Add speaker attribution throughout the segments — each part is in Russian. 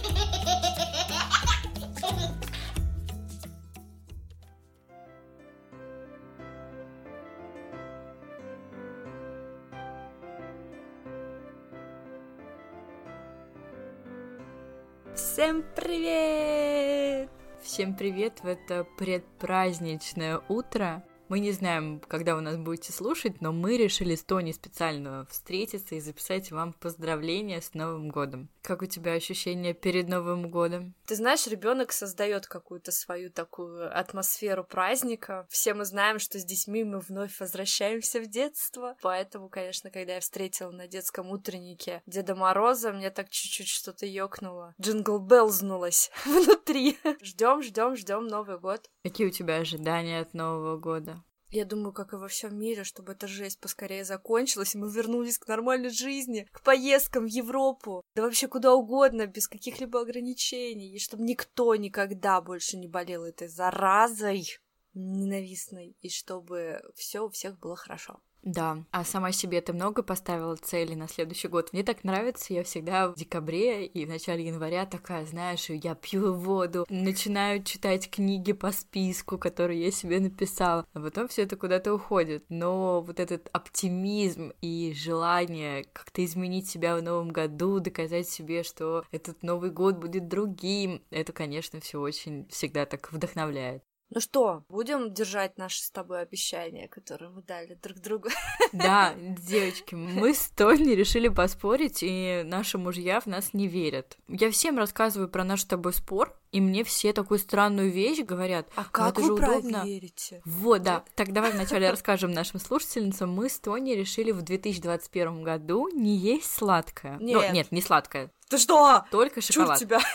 Speaker 1: Всем привет! Всем привет в это предпраздничное утро. Мы не знаем, когда вы нас будете слушать, но мы решили с Тони специально встретиться и записать вам поздравления с Новым годом. Как у тебя ощущения перед Новым годом?
Speaker 2: Ты знаешь, ребенок создает какую-то свою такую атмосферу праздника. Все мы знаем, что с детьми мы вновь возвращаемся в детство. Поэтому, конечно, когда я встретила на детском утреннике Деда Мороза, мне так чуть-чуть что-то ёкнуло. Джингл Беллзнулось внутри. Ждем Новый год.
Speaker 1: Какие у тебя ожидания от Нового года?
Speaker 2: Я думаю, как и во всем мире, чтобы эта жесть поскорее закончилась, и мы вернулись к нормальной жизни, к поездкам в Европу, да вообще куда угодно, без каких-либо ограничений, и чтобы никто никогда больше не болел этой заразой ненавистной, и чтобы все у всех было хорошо.
Speaker 1: Да, а сама себе ты много поставила целей на следующий год? Мне так нравится, я всегда в декабре и в начале января такая, знаешь, я пью воду, начинаю читать книги по списку, который я себе написала, а потом все это куда-то уходит. Но вот этот оптимизм и желание как-то изменить себя в новом году, доказать себе, что этот Новый год будет другим, это, конечно, все очень всегда так вдохновляет.
Speaker 2: Ну что, будем держать наши с тобой обещания, которые мы дали друг другу?
Speaker 1: Да, девочки, мы с Тони решили поспорить, и наши мужья в нас не верят. Я всем рассказываю про наш с тобой спор, и мне все такую странную вещь говорят.
Speaker 2: А как
Speaker 1: это
Speaker 2: вы
Speaker 1: же удобно.
Speaker 2: проверите?
Speaker 1: Вот, да. Так давай вначале расскажем нашим слушательницам. Мы с Тони решили в 2021 году не есть сладкое.
Speaker 2: Нет.
Speaker 1: Не сладкое.
Speaker 2: Ты что?
Speaker 1: Только шоколад.
Speaker 2: Чур тебя.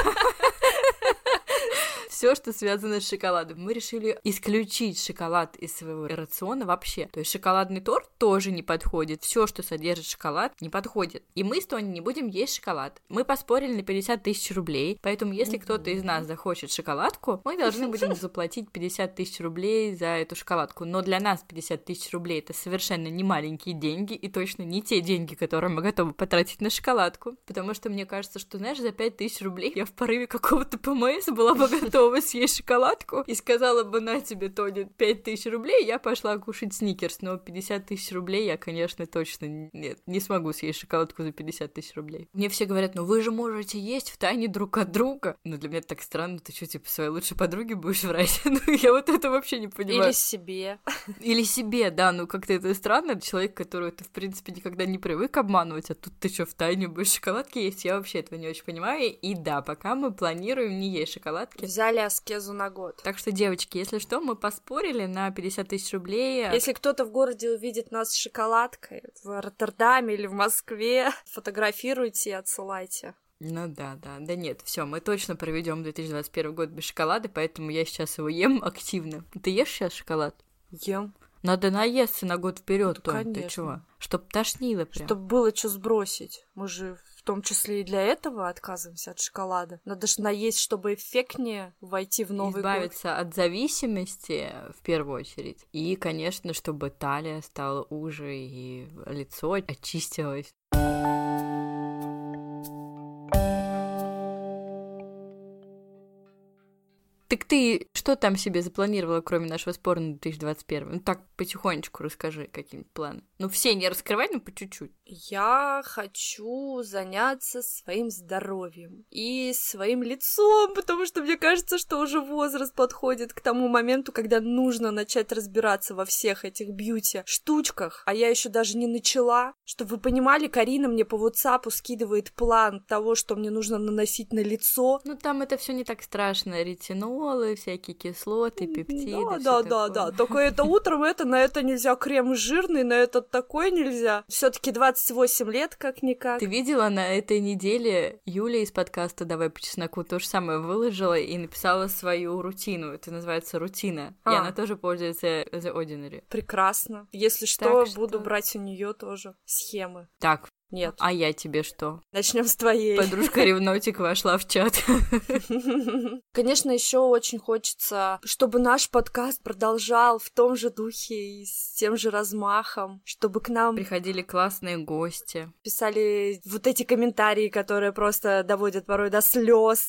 Speaker 1: Все, что связано с шоколадом. Мы решили исключить шоколад из своего рациона вообще. То есть шоколадный торт тоже не подходит. Все, что содержит шоколад, не подходит. И мы с Тони не будем есть шоколад. Мы поспорили на 50 тысяч рублей. Поэтому, если кто-то из нас захочет шоколадку, мы должны будем заплатить 50 тысяч рублей за эту шоколадку. Но для нас 50 тысяч рублей — это совершенно не маленькие деньги. И точно не те деньги, которые мы готовы потратить на шоколадку. Потому что мне кажется, что, знаешь, за 5 тысяч рублей я в порыве какого-то ПМС была бы готова съесть шоколадку и сказала бы: на тебе, Тони, 5 тысяч рублей, я пошла кушать сникерс, но 50 тысяч рублей я, конечно, точно не смогу съесть шоколадку за 50 тысяч рублей. Мне все говорят: ну вы же можете есть втайне друг от друга. Но для меня это так странно, ты что, типа, своей лучшей подруге будешь врать? Ну, я вот это вообще не понимаю.
Speaker 2: Или себе.
Speaker 1: Или себе, да, ну как-то это странно. Человек, который ты, в принципе, никогда не привык обманывать, а тут ты что, втайне будешь шоколадки есть? Я вообще этого не очень понимаю. И да, пока мы планируем не есть шоколадки.
Speaker 2: Взяли аскезу на год.
Speaker 1: Так что, девочки, если что, мы поспорили на 50 тысяч рублей.
Speaker 2: Если кто-то в городе увидит нас с шоколадкой в Роттердаме или в Москве, фотографируйте и отсылайте.
Speaker 1: Ну да. Да нет, все, мы точно проведем 2021 год без шоколада, поэтому я сейчас его ем активно. Ты ешь сейчас шоколад?
Speaker 2: Ем.
Speaker 1: Надо наесться на год вперед,
Speaker 2: да,
Speaker 1: Тонь,
Speaker 2: конечно.
Speaker 1: Ты чего? Чтоб тошнило прям.
Speaker 2: Чтоб было что сбросить. Мы же в том числе и для этого отказываемся от шоколада. Надо же наесть, чтобы эффектнее войти в Новый
Speaker 1: Избавиться
Speaker 2: год.
Speaker 1: от зависимости, в первую очередь. И, конечно, чтобы талия стала уже и лицо очистилось. Так ты что там себе запланировала, кроме нашего спора на 2021? Ну так, потихонечку расскажи какие-нибудь планы. Ну все не раскрывай, но по чуть-чуть.
Speaker 2: Я хочу заняться своим здоровьем и своим лицом, потому что мне кажется, что уже возраст подходит к тому моменту, когда нужно начать разбираться во всех этих бьюти-штучках. А я еще даже не начала. Чтобы вы понимали, Карина мне по WhatsApp скидывает план того, что мне нужно наносить на лицо.
Speaker 1: Ну там это все не так страшно. Ретинолы, всякие кислоты, пептиды.
Speaker 2: Да. Только это утром, на это нельзя крем жирный, на этот такой нельзя. Все-таки 28 лет, как-никак.
Speaker 1: Ты видела, на этой неделе Юля из подкаста «Давай по чесноку» то же самое выложила и написала свою рутину. Это называется рутина. И она тоже пользуется The Ordinary.
Speaker 2: Прекрасно. Если что, буду брать у нее тоже схемы.
Speaker 1: Так,
Speaker 2: Нет.
Speaker 1: А я тебе что?
Speaker 2: Начнем с твоей.
Speaker 1: Подружка Ревнотик вошла в чат.
Speaker 2: Конечно, еще очень хочется, чтобы наш подкаст продолжал в том же духе и с тем же размахом, чтобы к нам
Speaker 1: приходили классные гости,
Speaker 2: писали вот эти комментарии, которые просто доводят порой до слез.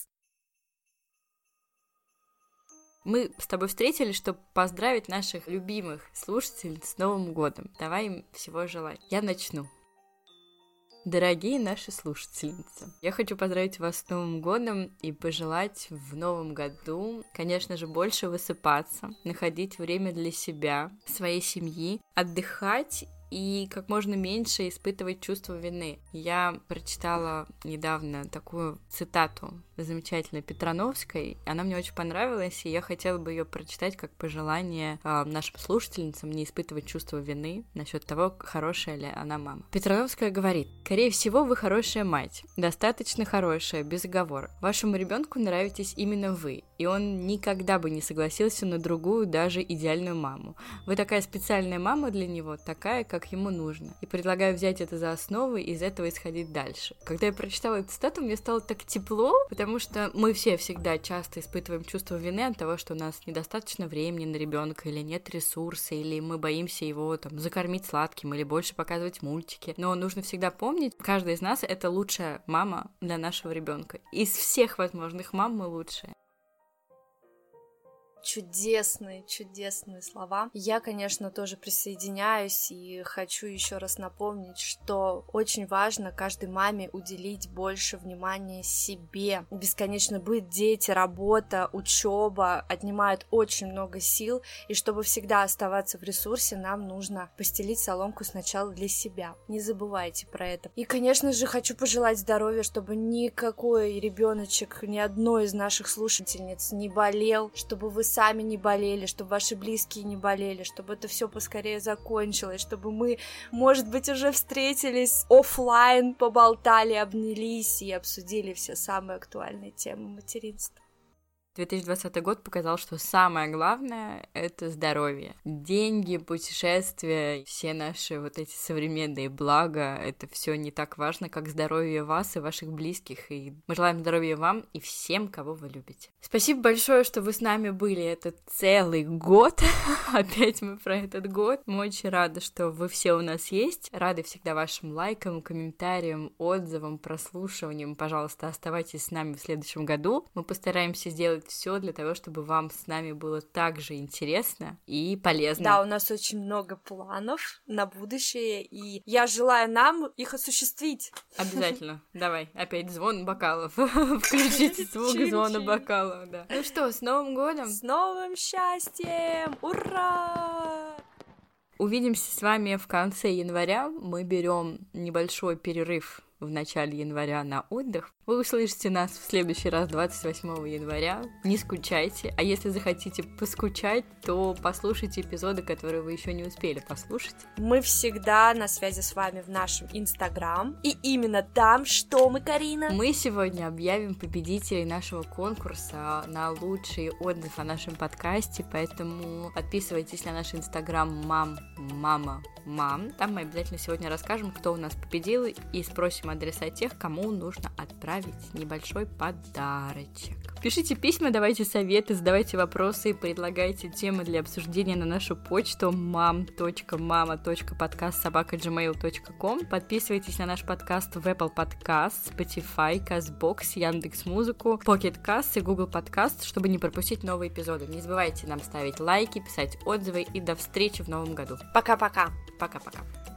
Speaker 1: Мы с тобой встретились, чтобы поздравить наших любимых слушателей с Новым годом. Давай им всего желать. Я начну. Дорогие наши слушательницы, я хочу поздравить вас с Новым годом и пожелать в Новом году, конечно же, больше высыпаться, находить время для себя, своей семьи, отдыхать и как можно меньше испытывать чувство вины. Я прочитала недавно такую цитату замечательной Петрановской, она мне очень понравилась, и я хотела бы ее прочитать как пожелание нашим слушательницам не испытывать чувство вины насчет того, хорошая ли она мама. Петрановская говорит: «Скорее всего, вы хорошая мать, достаточно хорошая, без оговорок. Вашему ребенку нравитесь именно вы, и он никогда бы не согласился на другую, даже идеальную маму. Вы такая специальная мама для него, такая, как ему нужно. И предлагаю взять это за основу и из этого исходить дальше». Когда я прочитала эту цитату, мне стало так тепло, потому что мы все всегда часто испытываем чувство вины от того, что у нас недостаточно времени на ребенка, или нет ресурса, или мы боимся его там закормить сладким, или больше показывать мультики. Но нужно всегда помнить, каждая из нас — это лучшая мама для нашего ребенка. Из всех возможных мам мы лучшие.
Speaker 2: Чудесные слова. Я, конечно, тоже присоединяюсь и хочу еще раз напомнить, что очень важно каждой маме уделить больше внимания себе. Бесконечно быт, дети, работа, учеба отнимают очень много сил, и чтобы всегда оставаться в ресурсе, нам нужно постелить соломку сначала для себя. Не забывайте про это. И, конечно же, хочу пожелать здоровья, чтобы никакой ребеночек, ни одной из наших слушательниц не болел, чтобы вы сами не болели, чтобы ваши близкие не болели, чтобы это все поскорее закончилось, чтобы мы, может быть, уже встретились офлайн, поболтали, обнялись и обсудили все самые актуальные темы материнства.
Speaker 1: 2020 год показал, что самое главное — это здоровье. Деньги, путешествия, все наши вот эти современные блага — это все не так важно, как здоровье вас и ваших близких. И мы желаем здоровья вам и всем, кого вы любите. Спасибо большое, что вы с нами были этот целый год. Опять мы про этот год. Мы очень рады, что вы все у нас есть. Рады всегда вашим лайкам, комментариям, отзывам, прослушиваниям. Пожалуйста, оставайтесь с нами в следующем году. Мы постараемся сделать все для того, чтобы вам с нами было так же интересно и полезно.
Speaker 2: Да, у нас очень много планов на будущее, и я желаю нам их осуществить.
Speaker 1: Обязательно. Давай, опять звон бокалов. Включите звук звона бокалов, да. Ну что, с Новым годом!
Speaker 2: С новым счастьем! Ура!
Speaker 1: Увидимся с вами в конце января. Мы берем небольшой перерыв в начале января на отдых. Вы услышите нас в следующий раз 28 января. Не скучайте. А если захотите поскучать, то послушайте эпизоды, которые вы еще не успели послушать.
Speaker 2: Мы всегда на связи с вами в нашем Инстаграм. И именно там, что мы, Карина?
Speaker 1: Мы сегодня объявим победителей нашего конкурса на лучший отзыв о нашем подкасте, поэтому подписывайтесь на наш Инстаграм мам. Там мы обязательно сегодня расскажем, кто у нас победил, и спросим адреса тех, кому нужно отправить небольшой подарочек. Пишите письма, давайте советы, задавайте вопросы, предлагайте темы для обсуждения на нашу почту mam.mama.podcast@gmail.com. Подписывайтесь на наш подкаст в Apple Podcast, Spotify, CastBox, Яндекс.Музыку, Pocket Cast и Google Podcast, чтобы не пропустить новые эпизоды. Не забывайте нам ставить лайки, писать отзывы, и до встречи в новом году.
Speaker 2: Пока-пока.
Speaker 1: Пока-пока.